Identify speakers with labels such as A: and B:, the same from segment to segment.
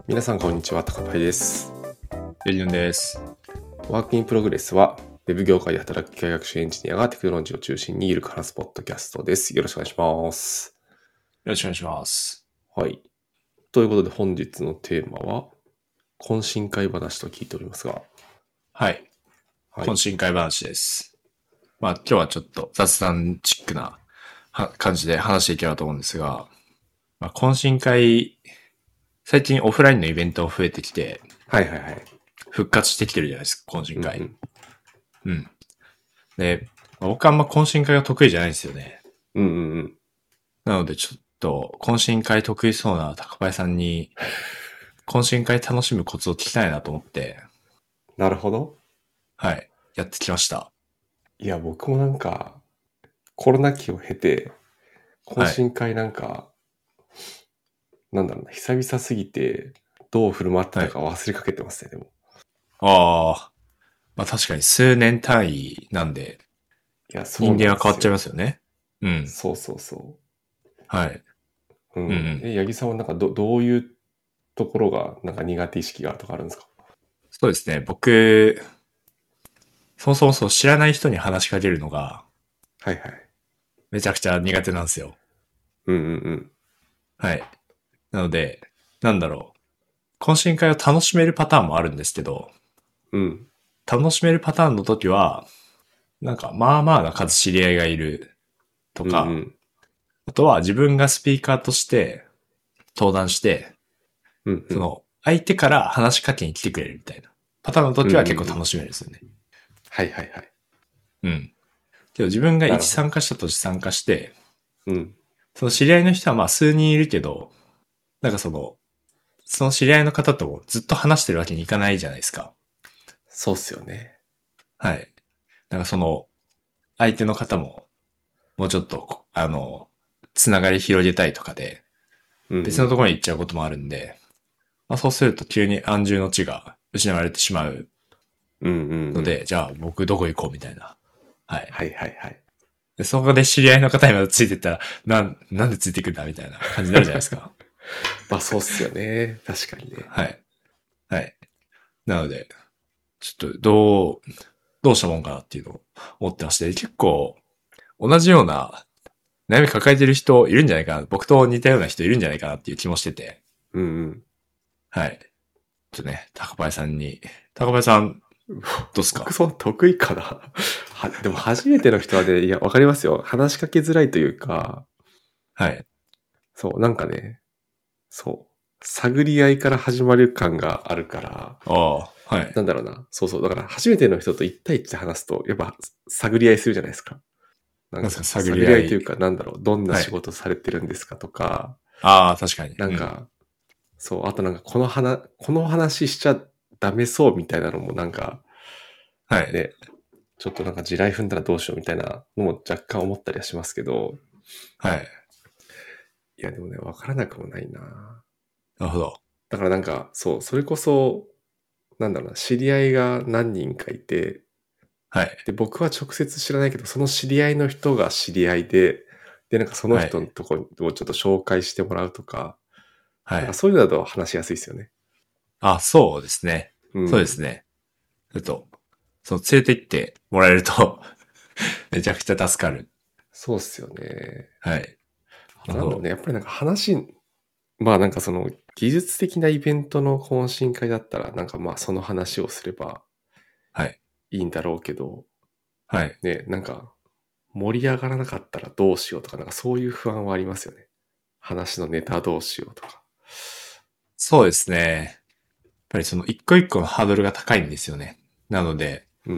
A: 皆さんこんにちは、高パイです。
B: ゆりぬんです。
A: ワークインプログレスは、ウェブ業界で働く機械学習エンジニアがテクノロジーを中心にゆるく話すポッドキャストです。よろしくお願いします。
B: よろしくお願いします。
A: はい。ということで本日のテーマは、懇親会話と聞いておりますが。
B: はい。懇親会話です。今日はちょっと雑談チックな感じで話していければと思うんですが、懇親会、最近オフラインのイベント増えてきて、復活してきてるじゃないですか、懇親会。うん。で、僕はあんま懇親会が得意じゃないんですよね。なのでちょっと懇親会得意そうな高林さんに、懇親会楽しむコツを聞きたいなと思って。
A: なるほど。
B: はい。やってきました。
A: いや、僕もなんか、コロナ期を経て、懇親会なんか、なんだろうな、久々すぎて、どう振る舞ってたか忘れかけてますね、でも。
B: ああ、確かに数年単位なんで、
A: いや、そうなんですよ。
B: 人間は変わっちゃいますよね。うん。
A: そうそうそ
B: はい。
A: う。
B: うんうん。
A: 八木さんはなんかどういうところがなんか苦手意識があるとかあるんですか？
B: そうですね。僕、そもそもそう知らない人に話しかけるのが
A: はいはい。
B: めちゃくちゃ苦手なんですよ。
A: うん。
B: はい。なので、なんだろう。懇親会を楽しめるパターンもあるんですけど、
A: うん。
B: 楽しめるパターンの時は、なんかまあまあな数知り合いがいると
A: うんう
B: か、
A: ん。
B: あとは自分がスピーカーとして登壇して、
A: うんうん。
B: その相手から話しかけに来てくれるみたいなパターンの時は結構楽しめるんですよね。
A: はいはいはい。
B: うん。けど自分が一
A: なるほど。
B: 参加したとして参加して、
A: うん。
B: その知り合いの人はまあ数人いるけど、なんかその知り合いの方とずっと話してるわけにいかないじゃないですか。
A: そうっすよね。
B: はい。なんかその、相手の方も、もうちょっと、つながり広げたいとかで、
A: うん
B: 別のところに行っちゃうこともあるんで、まあそうすると急に安住の地が失われてしまう
A: うん。うんうんうん。
B: ので、じゃあ僕どこ行こうみたいな。はい。
A: はいはいはい。
B: でそこで知り合いの方にまでついてったら、なんでついてくんだみたいな感じになるじゃないですか。
A: まあそうっすよね。確かにね。
B: はい。はい。なので、ちょっとどうしたもんかなっていうのを思ってまして、結構同じような悩み抱えてる人いるんじゃないかな。僕と似たような人いるんじゃないかなっていう気もしてて。
A: うんうん。
B: はい。ちょっとね、高林さん、どうっすか？
A: 僕そんな得意かな。でも初めての人はね、いや、わかりますよ。話しかけづらいというか、
B: はい。
A: そう、なんかね、そう、探り合いから始まる感があるから、
B: ああ、はい。
A: なんだろうな。そうそう。だから初めての人と一対一で話すと、やっぱ探り合いするじゃないですか。なんか、
B: なんですか、探
A: 探
B: り合い。
A: り合いというか、なんだろう。どんな
B: はい。
A: 仕事されてるんですかとか、
B: ああ、確かに。うん。
A: なんか、そう、あとなんかこの話しちゃダメそうみたいなのもなんか、
B: はい。
A: ね、ちょっとなんか地雷踏んだらどうしようみたいなのも若干思ったりはしますけど、
B: はい。
A: いやでもね、わからなくもないな。
B: なるほど。
A: だからなんか、そう、それこそ、なんだろうな、知り合いが何人かいて、
B: はい。
A: で、僕は直接知らないけど、その知り合いの人が知り合いで、なんかその
B: はい。
A: 人のとこをちょっと紹介してもらうとか、
B: はい。
A: なんかそういうのだと話しやすいですよね。
B: あ、そうですね。
A: うん。
B: そうですね。連れて行ってもらえるとめちゃくちゃ助かる。
A: そうっすよね。
B: はい。
A: あ
B: なるほど。
A: となんだろうね、やっぱりなんかまあなんかその技術的なイベントの懇親会だったら、なんかまあその話をすれば
B: はい。
A: いいんだろうけど、
B: はい。
A: ね、なんか盛り上がらなかったらどうしようとか、なんかそういう不安はありますよね。話のネタどうしようとか。
B: そうですね。やっぱりその一個一個のハードルが高いんですよね。なので、
A: うん。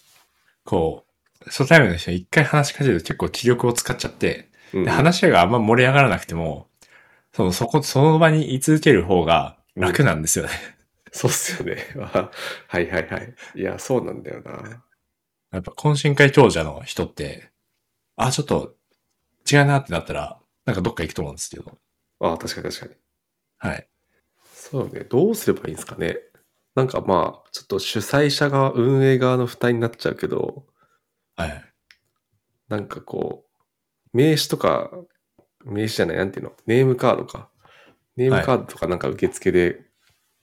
B: 初対面の人に一回話しかけると結構気力を使っちゃって、で、
A: うんうん。
B: 話があんま盛り上がらなくても、その場に居続ける方が
A: うん。
B: 楽なんですよね。
A: そうっすよね。はいはいはい。いや、そうなんだよな。
B: やっぱ懇親会長者の人って、ちょっと違うなってなったら、なんかどっか行くと思うんですけど。
A: ああ、確かに確かに。
B: はい。
A: そうね。どうすればいいんですかね。なんかまあ、ちょっと主催者側、運営側の負担になっちゃうけど、
B: はい。
A: なんかこう、名刺とか、名刺じゃない、なんていうの、ネームカードか。ネーム
B: はい。
A: カードとかなんか受付で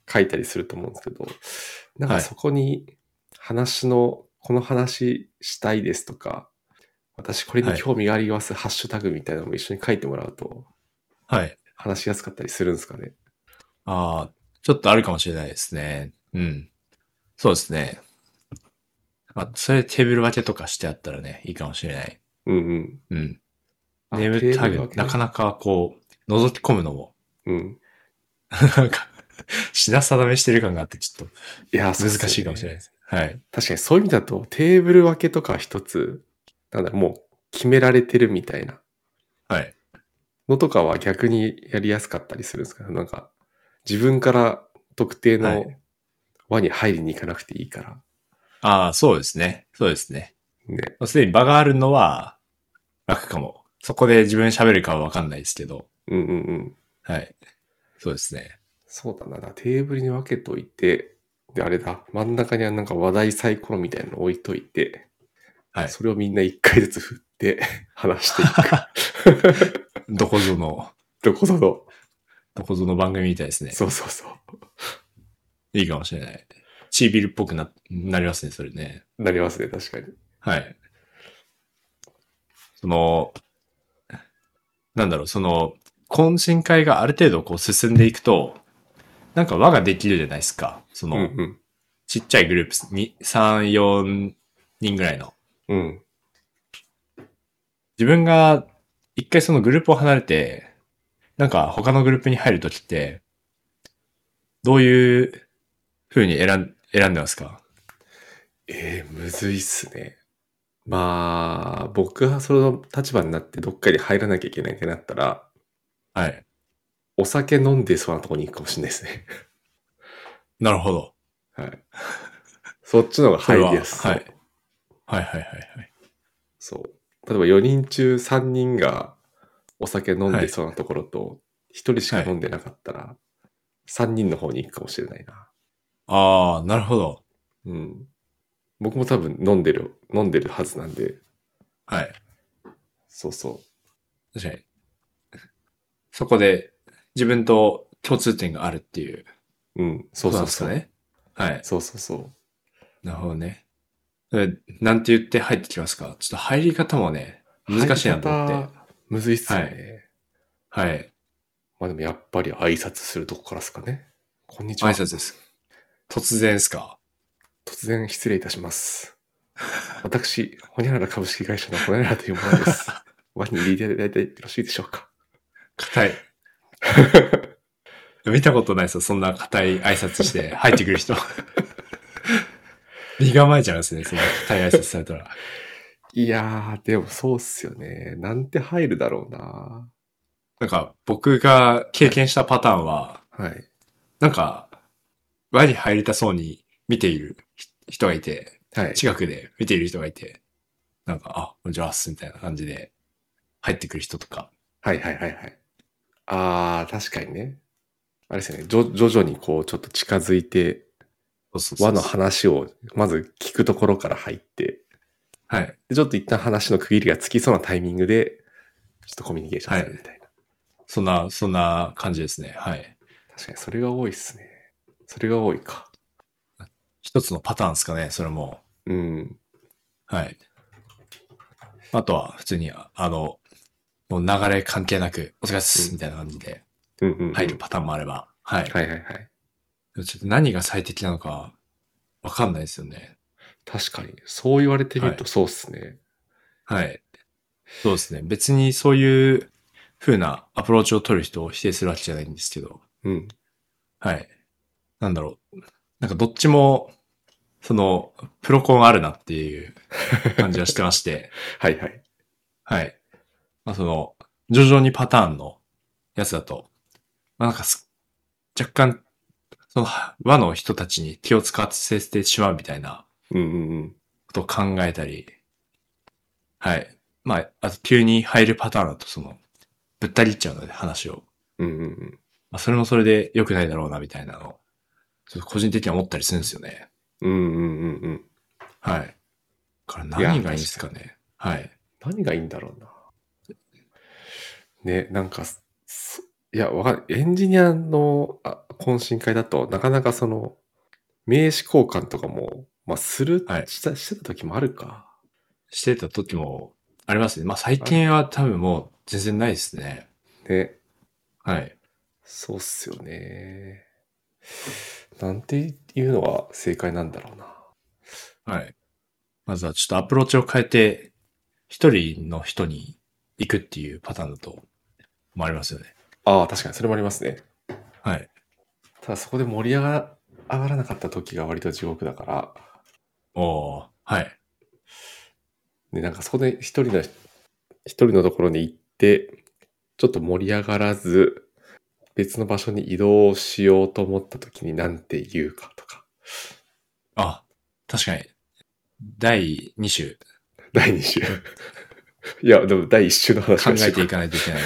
A: 書いたりすると思うんですけど、なん
B: はい。
A: かそこにこの話したいですとか、私これに
B: はい。
A: 興味がありますハッシュタグみたいなのも一緒に書いてもらうと
B: はい。
A: 話しやすかったりするんですかね。
B: ああ、ちょっとあるかもしれないですね。うん。そうですね。まあ、それテーブル分けとかしてあったらね、いいかもしれない。
A: うんうん。
B: うん。
A: あ、
B: ネーム
A: テーブ
B: タグ、
A: ル分けね。
B: なかなかこう、覗き込むのも、
A: うん。
B: なんか、品定めしてる感があって、ちょっ
A: いや、
B: と難
A: そうっすよ
B: しいかもしれないで
A: ね。
B: す。はい。
A: 確かにそういう意味だとテーブル分けとか一つ、なんだろう、もう決められてるみたいな
B: はい。
A: のとかは逆にやりやすかったりするんですか？なんか自分から特定
B: はい。
A: の輪に入りに行かなくていいから。
B: ああ、そうですね。そうですね。
A: ね。
B: すでに場があるのは楽かも。そこで自分喋るかはわかんないですけど。
A: うんうんうん。
B: はい。そうですね。
A: そうだな。テーブルに分けといて、で、あれだ。真ん中にはなんか話題サイコロみたいなの置いといて、
B: はい。
A: それをみんな一回ずつ振って話していく。
B: どこぞの、
A: どこぞの。
B: どこぞの番組みたいですね。
A: そうそうそう。
B: いいかもしれない。チービルっぽくなりますね、それね。
A: なりますね、確かに。
B: はい。その、なんだろう、懇親会がある程度こう進んでいくと、なんか輪ができるじゃないですか。
A: うん
B: ちっちゃいグループに、3、4人ぐらいの。
A: うん。うん。
B: 自分が一回そのグループを離れて、なんか他のグループに入るときって、どういう風に選んでますか？
A: むずいっすね。まあ、僕がその立場になってどっかに入らなきゃいけないってなったら、
B: はい。
A: お酒飲んでそうなとこに行くかもしれないですね。
B: なるほど。
A: はい。そっちの方が入りや
B: それは、はい。
A: すそう。
B: はいはいはいはい。
A: そう。例えば4人中3人がお酒飲ん
B: はい。
A: でそうなところと、1人し
B: はい。
A: か飲んでなかったら、3人の方に行くかもしれないな。
B: ああ、なるほど。
A: うん。僕も多分飲んでるはずなんで、
B: はい。
A: そうそ
B: 確かに。そこで自分と共通点があるっていう
A: う。うん。そ
B: ことなん
A: うそうそう。
B: ですかね。はい。
A: そうそうそう。
B: なるほどね。なんて言って入ってきますか？ちょっと入り方もね、
A: 入り
B: 難しいなと思っ
A: 方、
B: て。
A: むずいっす
B: はい。
A: よね。
B: はい。
A: まあでもやっぱり挨拶するとこからですかね。こんにちは。
B: 挨拶です。突然ですか？
A: 突然失礼いたします。私、ホニャララ株式会社のホニャララというものです。輪に入れていただいてよろしいでしょうか？
B: 硬い。見たことないですよ。そんな硬い挨拶して入ってくる人。身構えちゃいますね。そんな硬い挨拶されたら。
A: いやー、でもそうっすよね。なんて入るだろうな。
B: なんか僕が経
A: はい。
B: 験したパターンは、
A: はい。
B: なんか輪に入りたそうに見ている人がいて、
A: はい。
B: 近くで見ている人がいて、なんか、あ、こんにちはっすみたいな感じで入ってくる人とか。
A: はいはいはいはい。あー、確かにね。あれですよね。徐々にこう、ちょっと近づいて、
B: そうそうそ
A: 輪の
B: うそう。
A: 話をまず聞くところから入って、
B: はい。
A: でちょっと一旦話の区切りがつきそうなタイミングで、ちょっとコミュニケーション
B: はい。
A: するみたいな。
B: そんな感じですね。はい。
A: 確かにそれが多いっすね。それが多いか。
B: 一つのパターンですかね、それも。
A: うん。
B: はい。あとは、普通に、もう流れ関係なく、お疲れっす、み
A: うん。
B: たいな感じで
A: うんうんうん。
B: 入るパターンもあれば。はい。
A: はいはいはい。
B: ちょっと何が最適なのか、わかんないですよね。
A: 確かに。そう言われてみ
B: はい。
A: るとそうっすね。
B: はい。そうですね。別にそういう風なアプローチを取る人を否定するわけじゃないんですけど。
A: うん。
B: はい。なんだろう。なんかどっちも、プロコンあるなっていう感じはしてまして。
A: はいはい。
B: はい。まあ徐々にパターンのやつだと、まあなんか若干、その和の人たちに気を使わせてしまうみたいな
A: うんうんうん。
B: ことを考えたり、はい。まあ、あと急に入るパターンだとぶったりっちゃうので話を。
A: うんうんうん。
B: まあ、それもそれで良くないだろうなみたいなのを、ちょっと個人的には思ったりするんですよね。
A: うんうんうんうん。
B: はい。だから
A: いや、
B: 何がいいんです
A: 確かに。
B: かね。はい。
A: 何がいいんだろうな。ね、なんか、 いや、わかんない。エンジニアの懇親会だと、なかなかその、名刺交換とかも、まあ、
B: はい。
A: してた時もあるか。
B: してた時もありますね。まあ最
A: ある
B: 近は多分もう全然ないですね。
A: ね。
B: はい。
A: そうっすよね。なんていうのが正解なんだろうな。
B: はい。まずはちょっとアプローチを変えて、一人の人に行くっていうパターンだともありますよね。
A: ああ、確かにそれもありますね。
B: はい。
A: ただそこで上がらなかった時が割と地獄だから、
B: おー、はい。
A: で、なんかそこで一人のところに行って、ちょっと盛り上がらず、別の場所に移動しようと思った時に何て言うかとか。
B: あ、確かに。第2種
A: 第2週。いや、でも第1週の話
B: 考
A: がしようか。
B: えていかないといけない。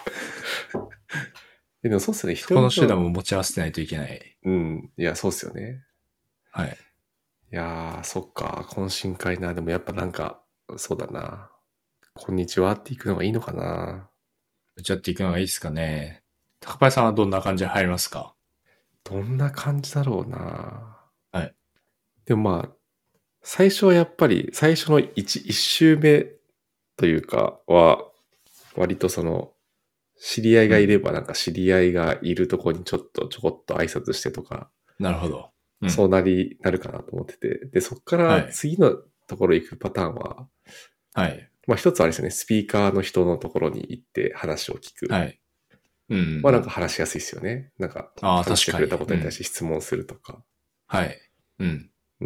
A: でもそうっすよね。
B: そこの手段も持ち合わせてないといけない。
A: うん。いや、そうっすよね。
B: はい。
A: いやー、そっか。懇親会な。でもやっぱなんか、そうだな。こんにちはって行くのがいいのかな。
B: 打ち合っていくのがいいですかね。高林さんはどんな感じで入りますか？
A: どんな感じだろうな。
B: はい。
A: でもまあ、最初はやっぱり、最初の一周目というかは、割とその、知り合いがいれ
B: うん。
A: ばなんか知り合いがいるとこにちょこっと挨拶してとか、
B: なるほど。うん。
A: そうなるかなと思ってて。で、そっから
B: はい。
A: 次のところ行くパターンは、
B: はい。
A: まあ一つはあれですよね、スピーカーの人のところに行って話を聞く。
B: はい。うんうんう
A: まあなんか
B: ん。
A: 話しやすいですよね。なんか
B: ああ、
A: 話してくれた
B: 確かに。
A: ことに対し
B: うん。
A: て質問するとか。
B: はい。うん。
A: うん。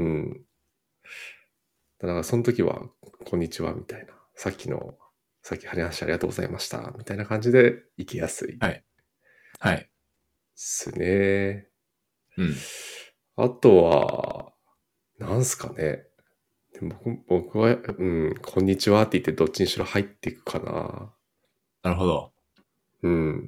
A: だからその時は、こんにちはみたいな。さっき話ありがとうございました。みたいな感じで行きやすいで
B: はい。はい。
A: すね。
B: うん。
A: あとは、なんすかね。でも僕は、こんにちはって言ってどっちにしろ入っていくかな。
B: なるほど。
A: うん。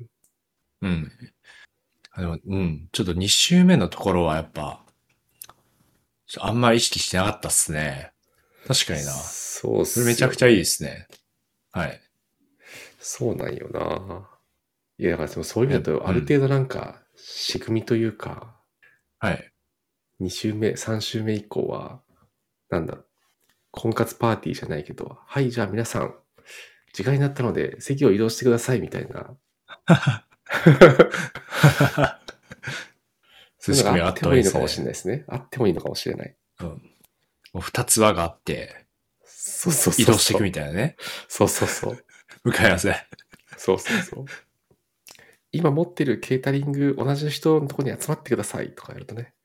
B: うん。でも、うん。ちょっと2週目のところはやっぱ、あんまり意識してなかったっすね。確かにな。
A: そうっ
B: それめ
A: すよね。
B: ちゃくちゃいいですね。はい。
A: そうなんよな。いや、だからでもそういう意味だと、
B: うん。
A: ある程度なんか、仕組みというか、
B: はい。
A: 2週目、3週目以降は、なんだろう、婚活パーティーじゃないけど、はい、じゃあ皆さん、時間になったので席を移動してくださいみたいな。
B: そういう仕
A: そういうのがあっ
B: 組みがあった方がいい
A: てもいいのかもしれ
B: ですね。
A: ないですね。あってもいいのかもしれない。
B: うん。もう2つ輪があって、
A: そうそう
B: 移動していくみ
A: そうそう。
B: たいなね。
A: そうそうそう。
B: 向かい合わせ。
A: そうそうそう。今持ってるケータリング同じ人のところに集まってくださいとかやるとね、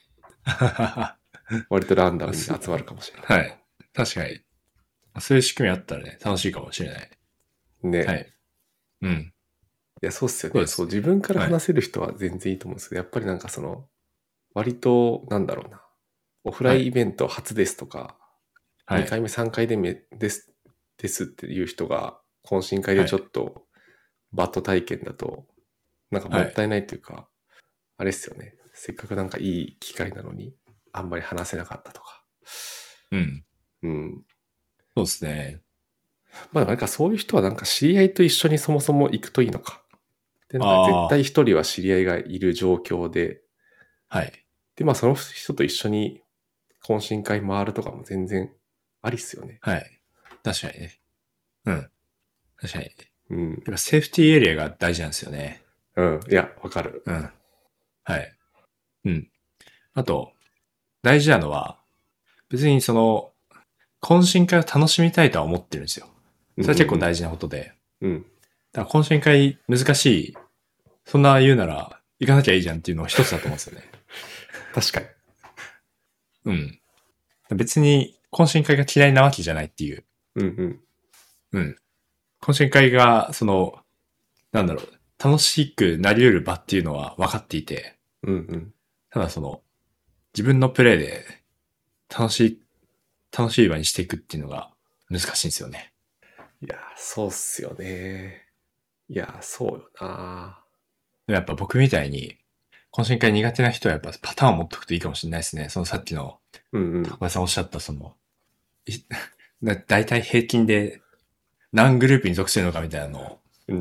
A: 割とランダムに集まるかもしれない。
B: はい。確かに。そういう仕組みあったらね、楽しいかもしれない。は
A: ね。
B: い。うん。
A: いや、そうっすよね。そう、
B: そうですね。
A: 自分から
B: はい。
A: 話せる人は全然いいと思うんですけど、やっぱりなんかその、割と、なんだろうな。オフラ
B: はい。
A: インイベント初ですとか、2
B: はい。
A: 回目、3回目ですっていう人が、懇親会でちょっ
B: はい。
A: とバッド体験だと、なんかも
B: はい。
A: ったいないというか、あれっすよね。せっかくなんかいい機会なのに、あんまり話せなかったとか。
B: うん。
A: うん。
B: そうですね。
A: まあなんかそういう人はなんか知り合いと一緒にそもそも行くといいのか。で、なんか絶対
B: あ
A: 一人は知り合いがいる状況で、
B: あ。はい。
A: で、まあその人と一緒に懇親会回るとかも全然ありっすよね。
B: はい。確かにね。うん。確かに。やっ
A: うん。
B: ぱセーフティーエリアが大事なんですよね。
A: うん。いや、わかる。
B: うん。はい。うん。あと、大事なのは、別にその、懇親会を楽しみたいとは思ってるんですよ。
A: うんうん
B: それは結構大事なことで。
A: うん。うん。
B: だから懇親会難しい。そんな言うなら、行かなきゃいいじゃんっていうのは一つだと思うんですよね。
A: 確かに。
B: うん。別に懇親会が嫌いなわけじゃないっていう。
A: うんうん。
B: うん。懇親会が、その、なんだろう、楽しくなり得る場っていうのは分かっていて、
A: うんうん。
B: ただその、自分のプレイで楽しい、楽しい場にしていくっていうのが難しいんですよね。
A: いや、そうっすよね。いや、そうよな。
B: でもやっぱ僕みたいに、懇親会苦手な人はやっぱパターンを持っておくといいかもしれないですね。そのさっきの
A: うんうん。
B: 高橋さんおっしゃったその、だいたい平均で何グループに属してるのかみたいなのを
A: うんうん。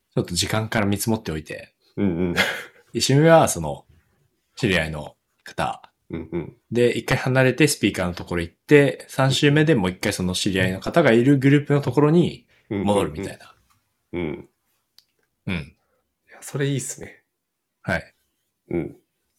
B: ちょっと時間から見積もっておいて、
A: うんうん。
B: 1周目はその、知り合いの方。
A: うんうん。
B: で、1回離れてスピーカーのところ行って、3周目でもう1回その知り合いの方がいるグループのところに
A: うん
B: 戻る
A: うんうん。
B: みたいな。
A: うん。
B: うん。
A: いや、それいいっすね。
B: はい。
A: うん。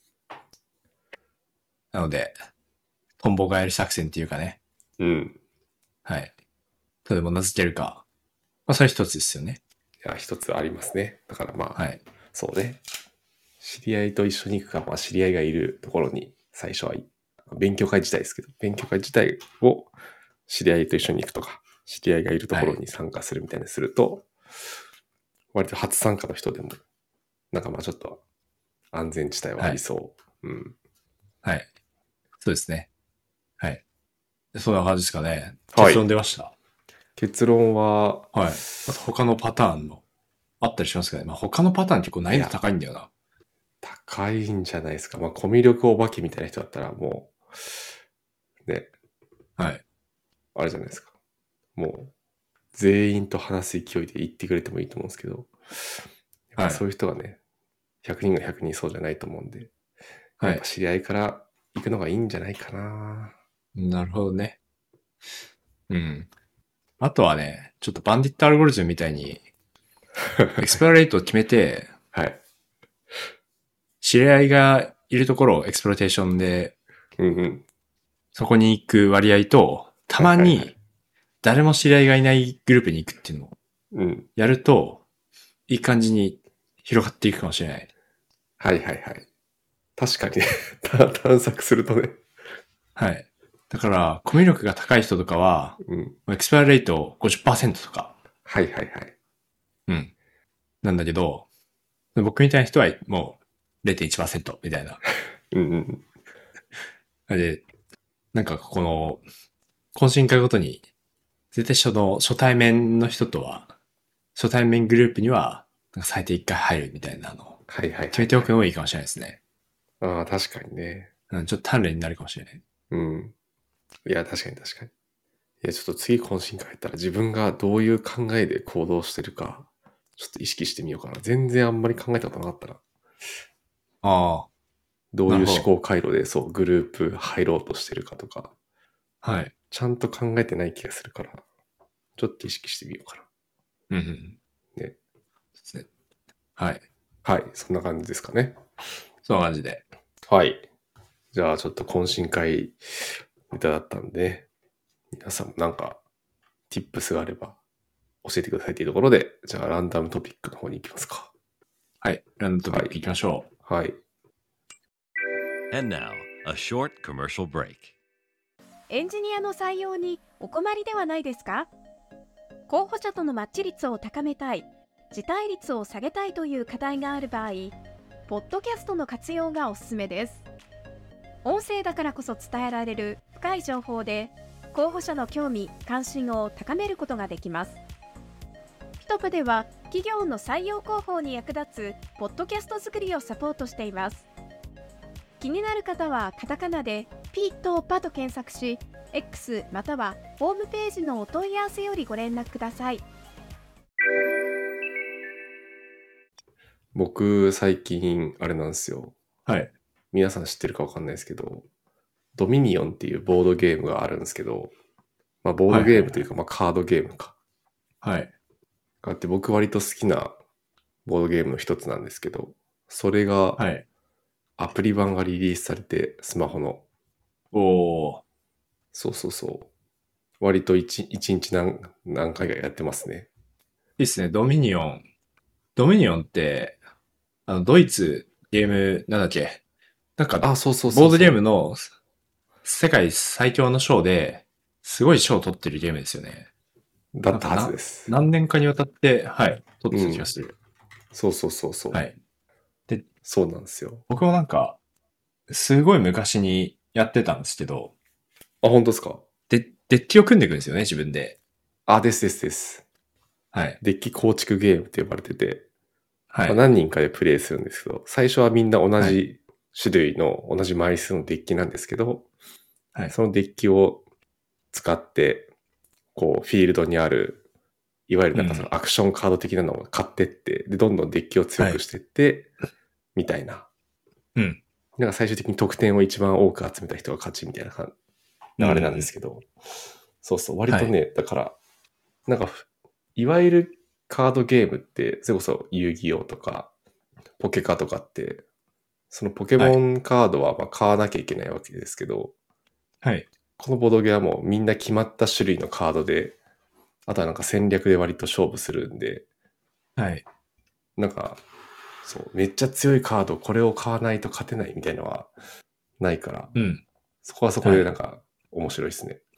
B: なので、トンボ返り作戦っていうかね。
A: うん。
B: はい。とでも名付けるか。まあ、それ一つですよね。
A: いや、一つありますね。だからまあ、
B: はい。
A: そうね。知り合いと一緒に行くか、まあ知り合いがいるところに最初は勉強会自体ですけど、勉強会自体を知り合いと一緒に行くとか、知り合いがいるところに参加するみたいにすると、割と初参加の人でも、なんかまあちょっと安全地帯はありそう。うん。
B: はい。そうですね。はい。そんな感じですかね。
A: はい。
B: 結論出ました。
A: 結論は、
B: はい。あと他のパターンの、あったりしますかね。まあ他のパターン結構難易度高いんだよな。
A: 高いんじゃないですか。まあコミュ力お化けみたいな人だったらもう、ね、
B: はい。
A: あれじゃないですか。もう、全員と話す勢いで言ってくれてもいいと思うんですけど、やっぱ
B: はい。
A: そういう人がね、100人が100人そうじゃないと思うんで、
B: はい。
A: やっぱ知り合いから行くのがいいんじゃないかな。
B: なるほどね。うん。あとはね、ちょっとバンディットアルゴリズムみたいに、エクスプロレートを決めて、
A: はい。
B: 知り合いがいるところをエクスプロテーションで、
A: うんうん。
B: そこに行く割合と、たま
A: はいはいは
B: に
A: い。
B: 誰も知り合いがいないグループに行くっていうのを
A: うん。
B: やると、いい感じに広がっていくかもしれない。
A: はいはいはい。確かにね、探索するとね。
B: はい。だから、コミュ力が高い人とかは、
A: うん。
B: エクスパイアレート50%とか、
A: はいはいはい。
B: うん。なんだけど、僕みたいな人はもう0.1%みたいな。
A: うんうん。
B: で、なんかこの、懇親会ごとに、絶対その初対面の人とは、初対面グループには、なんか最低1回入るみたいなのを
A: はいはい
B: 決めておく
A: はいはい。
B: のもいいかもしれないですね。
A: ああ、確かにね。
B: うん、ちょっと鍛錬になるかもしれない。
A: うん。いや、確かに確かに。いや、ちょっと次懇親会行ったら自分がどういう考えで行動してるか、ちょっと意識してみようかな。全然あんまり考えたことなかったな。
B: ああ、
A: どういう思
B: なるほど。
A: 考回路でそう、グループ入ろうとしてるかとか、
B: はい。
A: ちゃんと考えてない気がするから、ちょっと意識してみようか
B: うんうん。
A: な。ね。
B: ですね。はい。
A: はい、そんな感じですかね。
B: そんな感じで。
A: はい。じゃあちょっと懇親会ネタだったんで、皆さんもなんか tips があれば教えてくださいというところで、じゃあランダムトピックの方に行きますか。
B: はい。ランドトピック行きましょう。
A: はい。
C: And now, a short commercial break.
D: エンジニアの採用にお困りではないですか？候補者とのマッチ率を高めたい、辞退率を下げたいという課題がある場合、ポッドキャストの活用がおすすめです。音声だからこそ伝えられる深い情報で、候補者の興味・関心を高めることができます。ピトプでは企業の採用広報に役立つポッドキャスト作りをサポートしています。気になる方はカタカナでピットパと検索し、X またはホームページのお問い合わせよりご連絡ください。
A: 僕、最近、あれなんですよ。
B: はい。
A: 皆さん知ってるかわかんないですけど、ドミニオンっていうボードゲームがあるんですけど、まあ、ボードゲームというか、まあ、カードゲームか。
B: はい。
A: があって、僕割と好きなボードゲームの一つなんですけど、それが、
B: はい。
A: アプリ版がリリースされて、スマホの。
B: おー。
A: そうそうそう。割と一日何回かやってますね。
B: いいっすね。ドミニオン。ドミニオンって、ドイツゲーム、なんだっけ。なんか、
A: あ、そうそうそうそう。
B: ボードゲームの世界最強の賞で、すごい賞を取ってるゲームですよね。
A: だったはずです。
B: 何年かにわたって、はい、取ってた気がする。
A: そうそうそうそう。
B: はい。で、
A: そうなんですよ。
B: 僕もなんか、すごい昔にやってたんですけど、
A: あ、本当ですか？
B: デッキを組んでいくんですよね、自分で。
A: あ、ですですです。
B: はい。
A: デッキ構築ゲームって呼ばれてて、
B: はい。
A: まあ、何人かでプレイするんですけど、最初はみんな同
B: は
A: じ種類の同じ枚数のデッキなんですけど、
B: はい。
A: そのデッキを使って、こう、フィールドにあるいわゆるなんかそのアクションカード的なのを買ってって、で、どんどんデッキを強くしてって、みたいな。なんか最終的に得点を一番多く集めた人が勝ちみたいな流れなんですけど、そうそう、割とね、だから、なんか、いわゆるカードゲームって、それこそ遊戯王とか、ポケカとかって、そのポケモンカードはまあ買わなきゃいけないわけですけど、このボードゲーはもうみんな決まった種類のカードで、あとはなんか戦略で割と勝負するんで、なんか、そう、めっちゃ強いカード、これを買わないと勝てないみたいなのはないから、そこはそこでなんか面白いですね。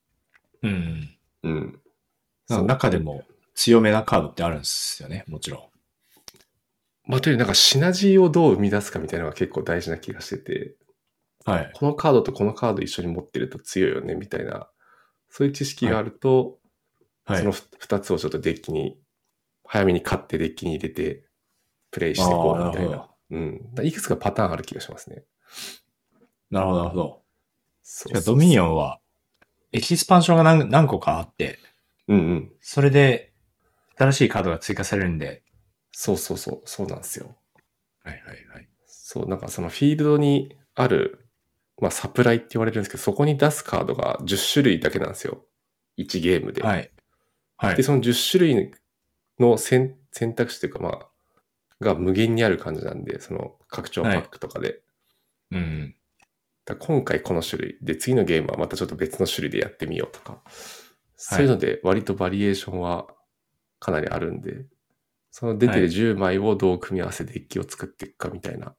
B: 中でも強めなカードってあるんですよね、もちろん。
A: まあ、というなんかシナジーをどう生み出すかみたいなのが結構大事な気がしてて、このカードとこのカード一緒に持ってると強いよねみたいな、そういう知識があると、その2つをちょっとデッキに、早めに買ってデッキに入れて、プレイしていこうみたいな。いくつかパターンある気がしますね。
B: なるほど、なるほど。ドミニオンは、エキスパンションが何個かあって、それで、新しいカードが追加されるんで。
A: そうなんですよ。そう、なんかそのフィールドにある、まあサプライって言われるんですけど、そこに出すカードが10種類だけなんですよ。1ゲームで。で、その10種類の選択肢というか、まあ、が無限にある感じなんで、その拡張パックとかで。だ今回この種類で、次のゲームはまたちょっと別の種類でやってみようとか、そういうので割とバリエーションはかなりあるんで、その出てる10枚をどう組み合わせデッキを作っていくかみたいな。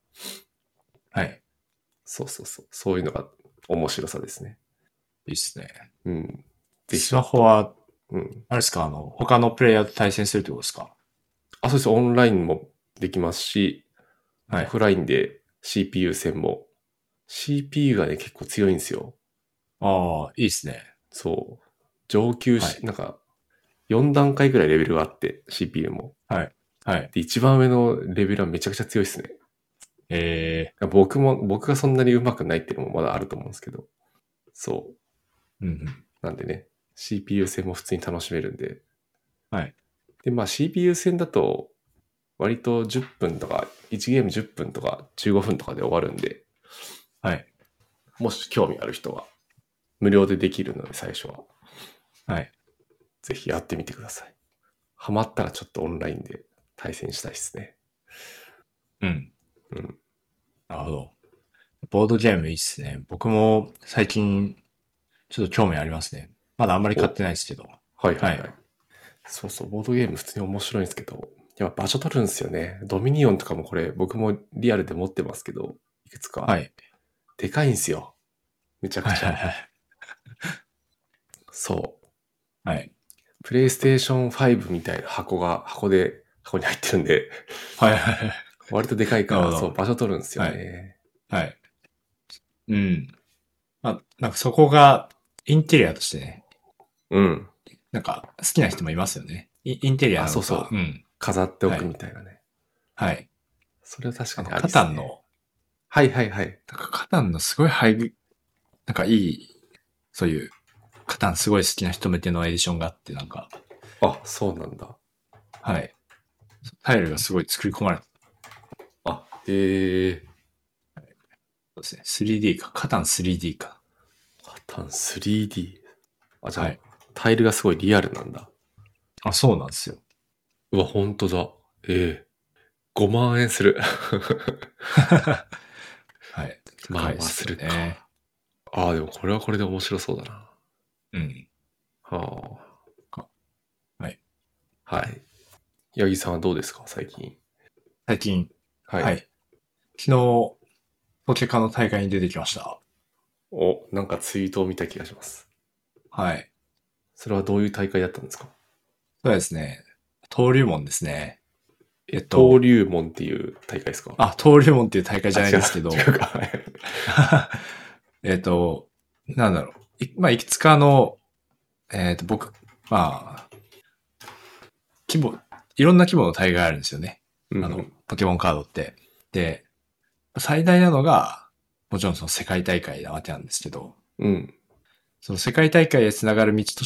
A: そういうのが面白さですね。
B: いいっすね。
A: ス
B: マホは、あれですか、他のプレイヤーと対戦するってことですか？
A: そうです。オンラインもできますし、オフラインで CPU 戦も。CPU がね、結構強いんですよ。
B: いいっすね。
A: そう。上級なんか、4段階ぐらいレベルがあって、CPU も。で、一番上のレベルはめちゃくちゃ強いですね。僕がそんなに上手くないっていうのもまだあると思うんですけど。そう。なんでね、CPU 戦も普通に楽しめるんで。で、まあ CPU 戦だと、割と10分とか、1ゲーム10分とか15分とかで終わるんで、もし興味ある人は、無料でできるので最初は。ぜひやってみてください。ハマったらちょっとオンラインで対戦したいですね。
B: なるほど。ボードゲームいいっすね。僕も最近、ちょっと興味ありますね。まだあんまり買ってないですけど。
A: そうそう、ボードゲーム普通に面白いんですけど、やっぱ場所取るんですよね。ドミニオンとかもこれ、僕もリアルで持ってますけど、いくつか。でかいんですよ。めちゃくちゃ。そう。プレイステーション5みたいな箱に入ってるんで、割とでかいから、そう、場所取るんですよね。
B: まあ、なんかそこがインテリアとしてね。なんか好きな人もいますよね。インテリアなのか。
A: そう。飾っておくみたいなね。それは確かにありですね。
B: カタンの。なんかカタンのすごいなんかいい、そういう、カタンすごい好きな人向けのエディションがあって、なんか。
A: そうなんだ。
B: タイルがすごい作り込まれて。
A: そう
B: ですね。3D か。カタン 3D か。
A: カタン 3D。じゃあ、タイルがすごいリアルなんだ。
B: そうなんですよ。
A: うわ、ほんとだ。5万円する。まあ、するか。でもこれはこれで面白そうだな。八木さんはどうですか、最近。
B: 最近。昨日、ポケカの大会に出てきました。
A: なんかツイートを見た気がします。
B: はい。
A: それはどういう大会だったんですか？
B: そうですね。登竜門ですね。
A: 登竜門っていう大会ですか？
B: あ、登竜門っていう大会じゃないですけど。
A: 違うか。
B: なんだろう。まあ、いくつかの、僕、まあ、いろんな規模の大会あるんですよね。ポケモンカードって。で、最大なのが、もちろんその世界大会なわけなんですけど、
A: うん。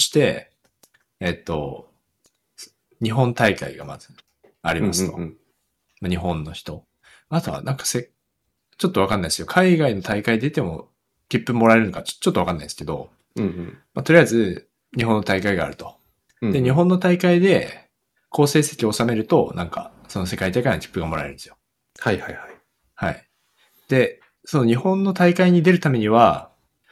B: その世界大会へつながる道として、 日本大会がまずありますと。
A: うんうん
B: 日本の人。あとはなんかちょっとわかんないですよ。海外の大会出ても切符もらえるのかちょっとわかんないですけど、
A: うんうん
B: まあ、とりあえず日本の大会があると。
A: うん。
B: で、日本の大会で好成績を収めると、なんかその世界大会の切符がもらえるんですよ。
A: はいはいはい。
B: はい。で、その日本の大会に出るためには、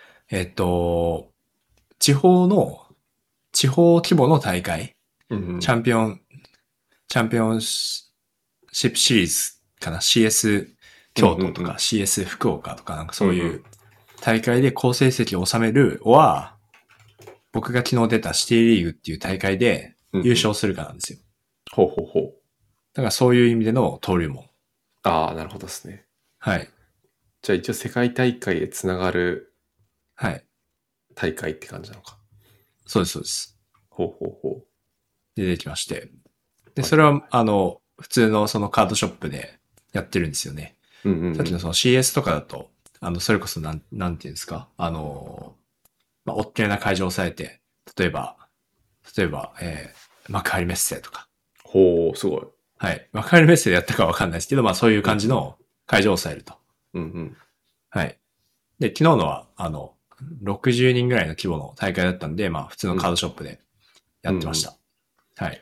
B: 地方規模の大会、
A: うんうん。
B: チャンピオンシップシリーズかな ?CS 京都とか CS 福岡とかなんかそういう大会で好成績を収めるは、僕が昨日出たシティリーグっていう大会で優勝するかなんですよ。
A: ほうほうほう。
B: だからそういう意味での登竜門。
A: ああ、なるほどですね。
B: はい。
A: じゃあ一応世界大会へつながる
B: はい。
A: 大会って感じなのか。
B: そうです、そうです。
A: ほうほうほ
B: 出てきまして。で、
A: はい
B: それは、普通のそのカードショップでやってるんですよね。
A: う。うんうんうん。
B: さっきのその CS とかだと、それこそなんていうんですかまあ、大きな会場を抑えて、例えば、幕張メッセとか。
A: ほう、すごい。
B: はい。幕張メッセでやったかわかんないですけど、まあそういう感じの会場を抑えると。
A: うんうん。
B: はい。で、昨日のは、60人ぐらいの規模の大会だったんで、まあ普通のカードショップでやってました。はい。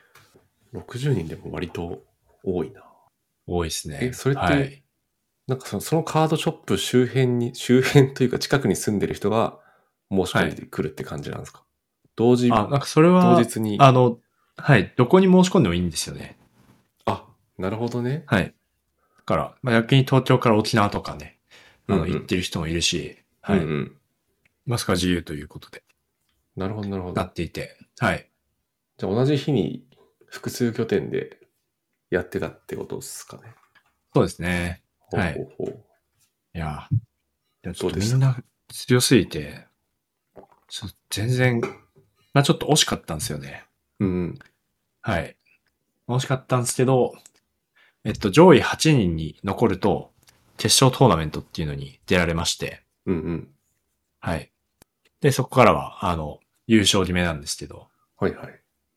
A: 60人でも割と多いな。
B: 多いですね。
A: それって、
B: はい。
A: なんかそのカードショップ周辺というか近くに住んでる人が申し込んでくるって感じなんですか？同
B: なんかそれは、
A: 日に。
B: はい。どこに申し込んでもいいんですよね。
A: あ、なるほどね。
B: はい。だから、まあ、逆に東京から沖縄とかね、
A: うんうん
B: 行ってる人もいるし、はい。
A: うんうん。
B: まさか自由ということで、
A: なるほどなるほ
B: な
A: ど。
B: っていて、はい。
A: じゃあ同じ日に複数拠点でやってたってことですかね。
B: そうですね。
A: ほう
B: はい。
A: ほうほう。
B: いや、ちょっ
A: どうでした
B: とみんな強すぎて、全然、まあちょっと惜しかったんですよね。
A: うん
B: はい。惜しかったんですけど、上位8人に残ると、決勝トーナメントっていうのに出られまして、
A: うんうん。
B: はい。で、そこからは、優勝決めなんですけど、
A: はいはい。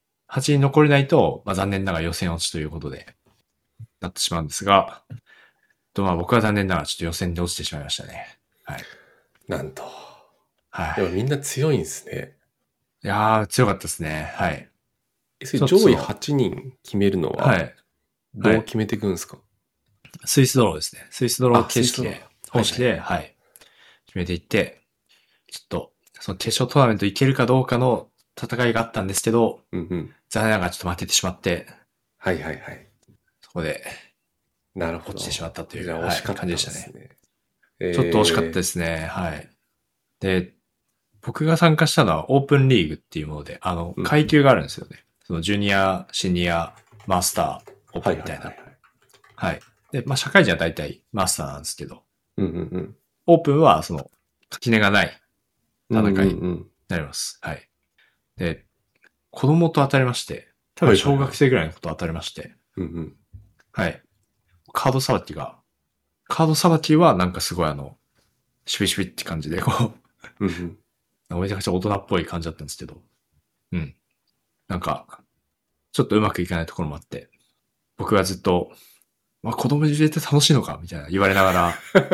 B: 8人残れないと、まあ残念ながら予選落ちということで、なってしまうんですが、まあ僕は残念ながらちょっと予選で落ちてしまいましたね。はい。
A: なんと。
B: はい。
A: でもみんな強いんですね。
B: いやー、強かったですね。はい。
A: それ上位8人決めるのは、
B: はい。
A: どう決めていくんですか？
B: スイスドローですね。スイスドロー形式で
A: スイスドロー、
B: 方式で、はい。決めていって、ちょっと、その決勝トーナメント行けるかどうかの戦いがあったんですけど、
A: うんうん。
B: 残念ながらちょっと負けてしまって、
A: はいはいはい。
B: そこで
A: なるほど。
B: 落ちてしまったという、
A: じゃあ惜しかった
B: 感じで
A: です
B: したね。
A: ね。
B: ちょっと惜しかったですね。はい。で、僕が参加したのはオープンリーグっていうもので、階級があるんですよね。そのジュニア、シニア、マスター、オープンみたいな。はい。で、まあ社会人は大体マスターなんですけど、
A: うんうんうん。
B: オープンはその、垣根がない戦い
A: うんうん
B: になります。はい。で、子供と当たりまして、多分小学生ぐらいの子と当たりまして、
A: うんうん。
B: はい。カードさばきはなんかすごいシュビシュビって感じで、こ
A: うんうん
B: う、めちゃくちゃ大人っぽい感じだったんですけど、うん。なんか、ちょっとうまくいかないところもあって、僕がずっと、まあ、子供に入れて楽しいのかみたいな言われながら、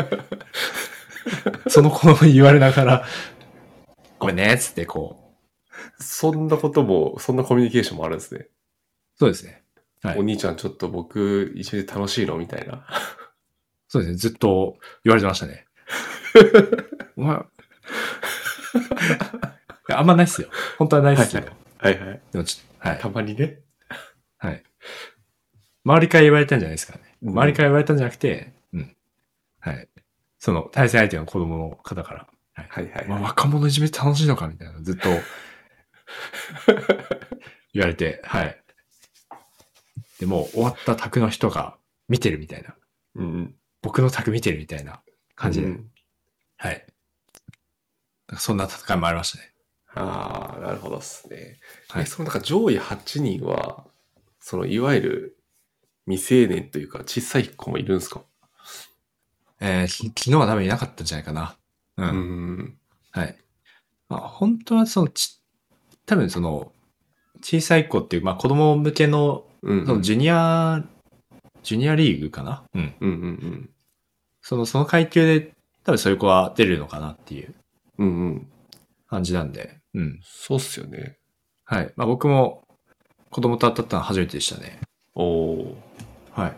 B: その子供に言われながら、ごめんね、つってこ
A: う。そんなことも、そんなコミュニケーションもあるんですね。
B: そうですね。はい。
A: お兄ちゃんちょっと僕一緒で楽しいのみたいな。
B: そうですね。ずっと言われてましたね。お前、いやあんまないっすよ。本当はないっすけど。
A: はいはい。
B: でもちょっと、はい。
A: たまにね。
B: はい。周りから言われたんじゃないですかね。
A: うん
B: 周りから言われたんじゃなくて、うん。はい。その対戦相手の子供の方から、はい。
A: はいはい
B: まあ、
A: はい。
B: 若者いじめって楽しいのかみたいな、ずっと言われて、はい。でも、終わった卓の人が見てるみたいな。
A: うんうん。
B: 僕の卓見てるみたいな感じで。
A: うん
B: はい。そんな戦いもありましたね。
A: ああ、なるほどですね。
B: はい
A: そのなんか上位8人は、そのいわゆる未成年というか小さい子もいるんですか？
B: 昨日は多分いなかったんじゃないかな。うん。
A: うん。
B: はい。まあ、本当は多分小さい子っていう、まあ子供向けの、
A: うんうん。
B: そのジュニアリーグかな。うん。
A: うんうん
B: その階級で多分そういう子は出るのかなっていう
A: うん。うんうん。
B: 感じなんで。うん。
A: そうっすよね。
B: はい。まあ僕も子供と当たったのは初めてでしたね。
A: おお。
B: はい。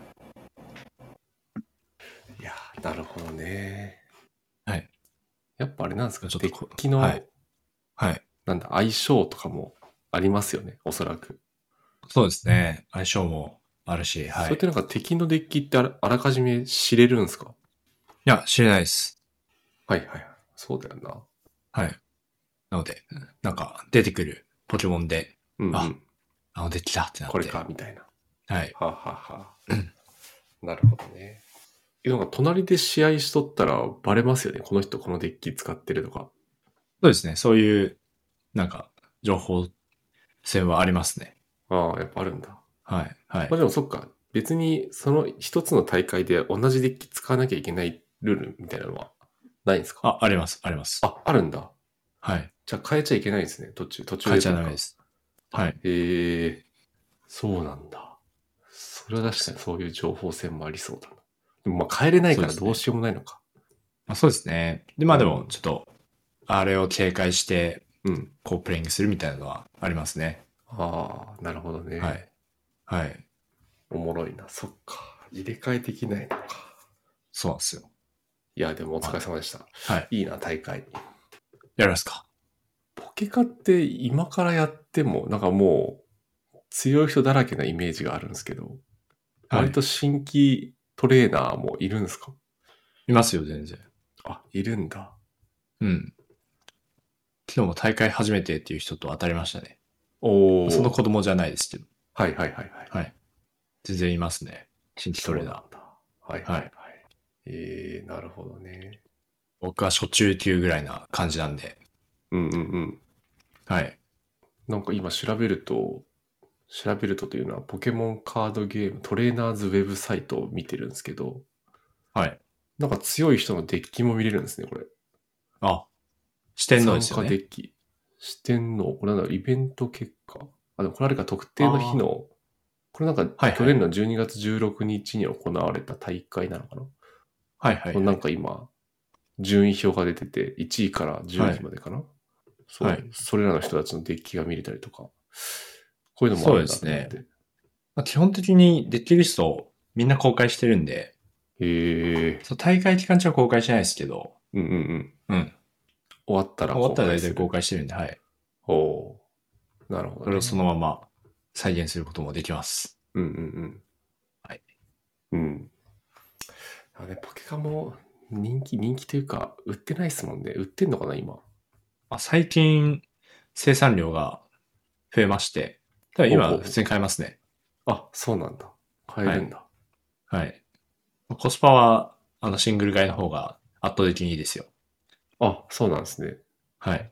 A: いやー、なるほどね。
B: はい。
A: やっぱあれなんですか、デ
B: ちょっと
A: ッキの、
B: はい。はい。
A: なんだ、相性とかもありますよね、おそらく。
B: そうですね。相性もあるし、はい。い
A: それってなんか敵のデッキってあらかじめ知れるんですか？
B: や、知れないです。
A: はいはいはい。そうだよな。
B: はい。なので、なんか出てくるポケモンで、
A: うんうん。
B: あのデッキだってなって。
A: これか、みたいな。
B: はい。
A: はあ、はあはあ、なるほどね。なんか隣で試合しとったらバレますよね。この人このデッキ使ってるとか。
B: そうですね。そういう、なんか、情報性はありますね。
A: ああ、やっぱあるんだ。
B: はい。はい
A: まあ。でもそっか。別にその一つの大会で同じデッキ使わなきゃいけないルールみたいなのはないんですか？
B: あります。あります。
A: あるんだ。
B: はい。
A: じゃあ変えちゃいけないんですね。途中で。
B: 変えちゃダメです。はい。
A: へえ、そうなんだ。それは確かにそういう情報戦もありそうだな。でもまあ変えれないからどうしようもないのか。
B: そうですね。で、まあでも、ちょっと、あれを警戒して、
A: うん。
B: こう、プレイングするみたいなのはありますね。
A: ああ、なるほどね。
B: はい。はい。
A: おもろいな。そっか。入れ替えできないのか。
B: そうなんですよ。
A: いや、でもお疲れ様でした。
B: はい。
A: いいな、大会。
B: やりますか。
A: ポケカって今からやっても、なんかもう強い人だらけなイメージがあるんですけど、
B: はい
A: 割と新規トレーナーもいるんですか？
B: いますよ、全然。
A: あ、いるんだ。
B: うん。昨日も大会初めてっていう人と当たりましたね。
A: おー。
B: その子供じゃないですけど。
A: はいはいはいはい。
B: はい。全然いますね。新規トレーナー。
A: そうなんだ。はいはいはい。なるほどね。
B: 僕は初中級ぐらいな感じなんで。
A: うんうんうん。
B: はい。
A: なんか今調べるとというのはポケモンカードゲームトレーナーズウェブサイトを見てるんですけど、
B: はい。
A: なんか強い人のデッキも見れるんですね、これ。
B: あ、四天王ですよね。
A: 参加デッキ。四天王。これなんだろう、イベント結果。あ、でもこれあれか、特定の日の、これなんか
B: はいはい
A: 去年の12月16日に行われた大会なのかな。
B: はいはい、はい。
A: なんか今、順位表が出てて、1位から10位までかな。そう、
B: はい
A: それらの人たちのデッキが見れたりとか、こういうのもあるんだと思って。
B: そうですまあ、基本的にデッキリストをみんな公開してるんで、
A: へえ。
B: そう大会期間中は公開しないですけど、
A: うんうんうん。
B: うん。
A: 終わったら
B: 終わったら大体公
A: 開。
B: 開してるんで、はい。
A: おー、なるほど、ね。
B: それをそのまま再現することもできます。
A: うんうんうん。
B: はい。
A: うん。ポケカも人気というか、売ってないですもんね。売ってんのかな、今。
B: 最近、生産量が増えまして、ただ今普通に買えますね。
A: あ、そうなんだ。買えるんだ。
B: はい。コスパは、シングル買いの方が圧倒的にいいですよ。
A: あ、そうなんですね。
B: はい。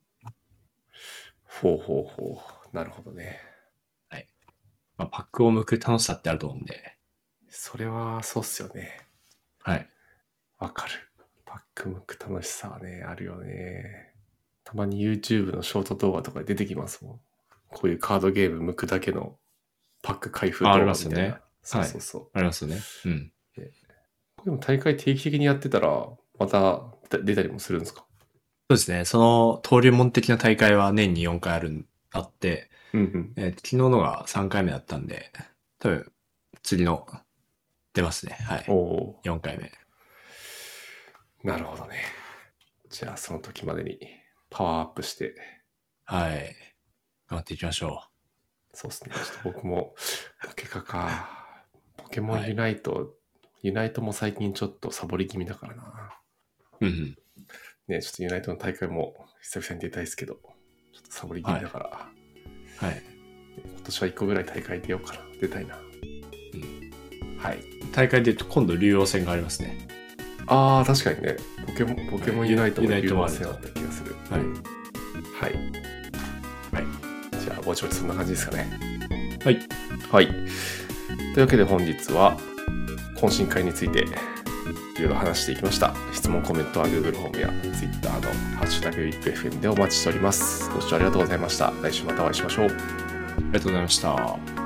A: ほう。なるほどね。
B: はい。まあ、パックを剥く楽しさってあると思うんで。
A: それは、そうっすよね。
B: はい。
A: わかる。パック剥く楽しさはね、あるよね。たまに YouTube のショート動画とかで出てきますもん。こういうカードゲーム剥くだけのパック開封動画みたいな。
B: ありますよね。
A: そう。
B: ありますよね。うん。
A: これも大会定期的にやってたら、また出たりもするんですか？
B: そうですね。その登竜門的な大会は年に4回あって、
A: うんうん。
B: 昨日のが3回目だったんで、多分、次の、出ますね。はい。
A: おー、
B: 4回目。
A: なるほどね。じゃあその時までにパワーアップして。
B: はい。頑張っていきましょ
A: そうですね。ちょっと僕もポケカか。ポケモンユナイト、ユナイトも最近ちょっとサボり気味だからな。
B: う。うん。
A: ね、ちょっとユナイトの大会も久々に出たいですけど、ちょっとサボり気味だから。
B: はい。
A: 今年は1個ぐらい大会出ようかな。出たいな。はい。
B: 大会で言うと今度竜王戦がありますね。
A: ああ、確かにね。ポケモンユナイトも
B: ユナイトも
A: 竜王戦あった気がする。
B: はい。
A: はい。じゃあ、ぼちぼちそんな感じですかね。
B: はい。
A: はい。というわけで本日は、懇親会についていろいろ話していきました。質問、コメントは Google ホームや Twitter のハッシュタグ WIPFM でお待ちしております。ご視聴ありがとうございました。来週またお会いしましょう。
B: りがとうございました。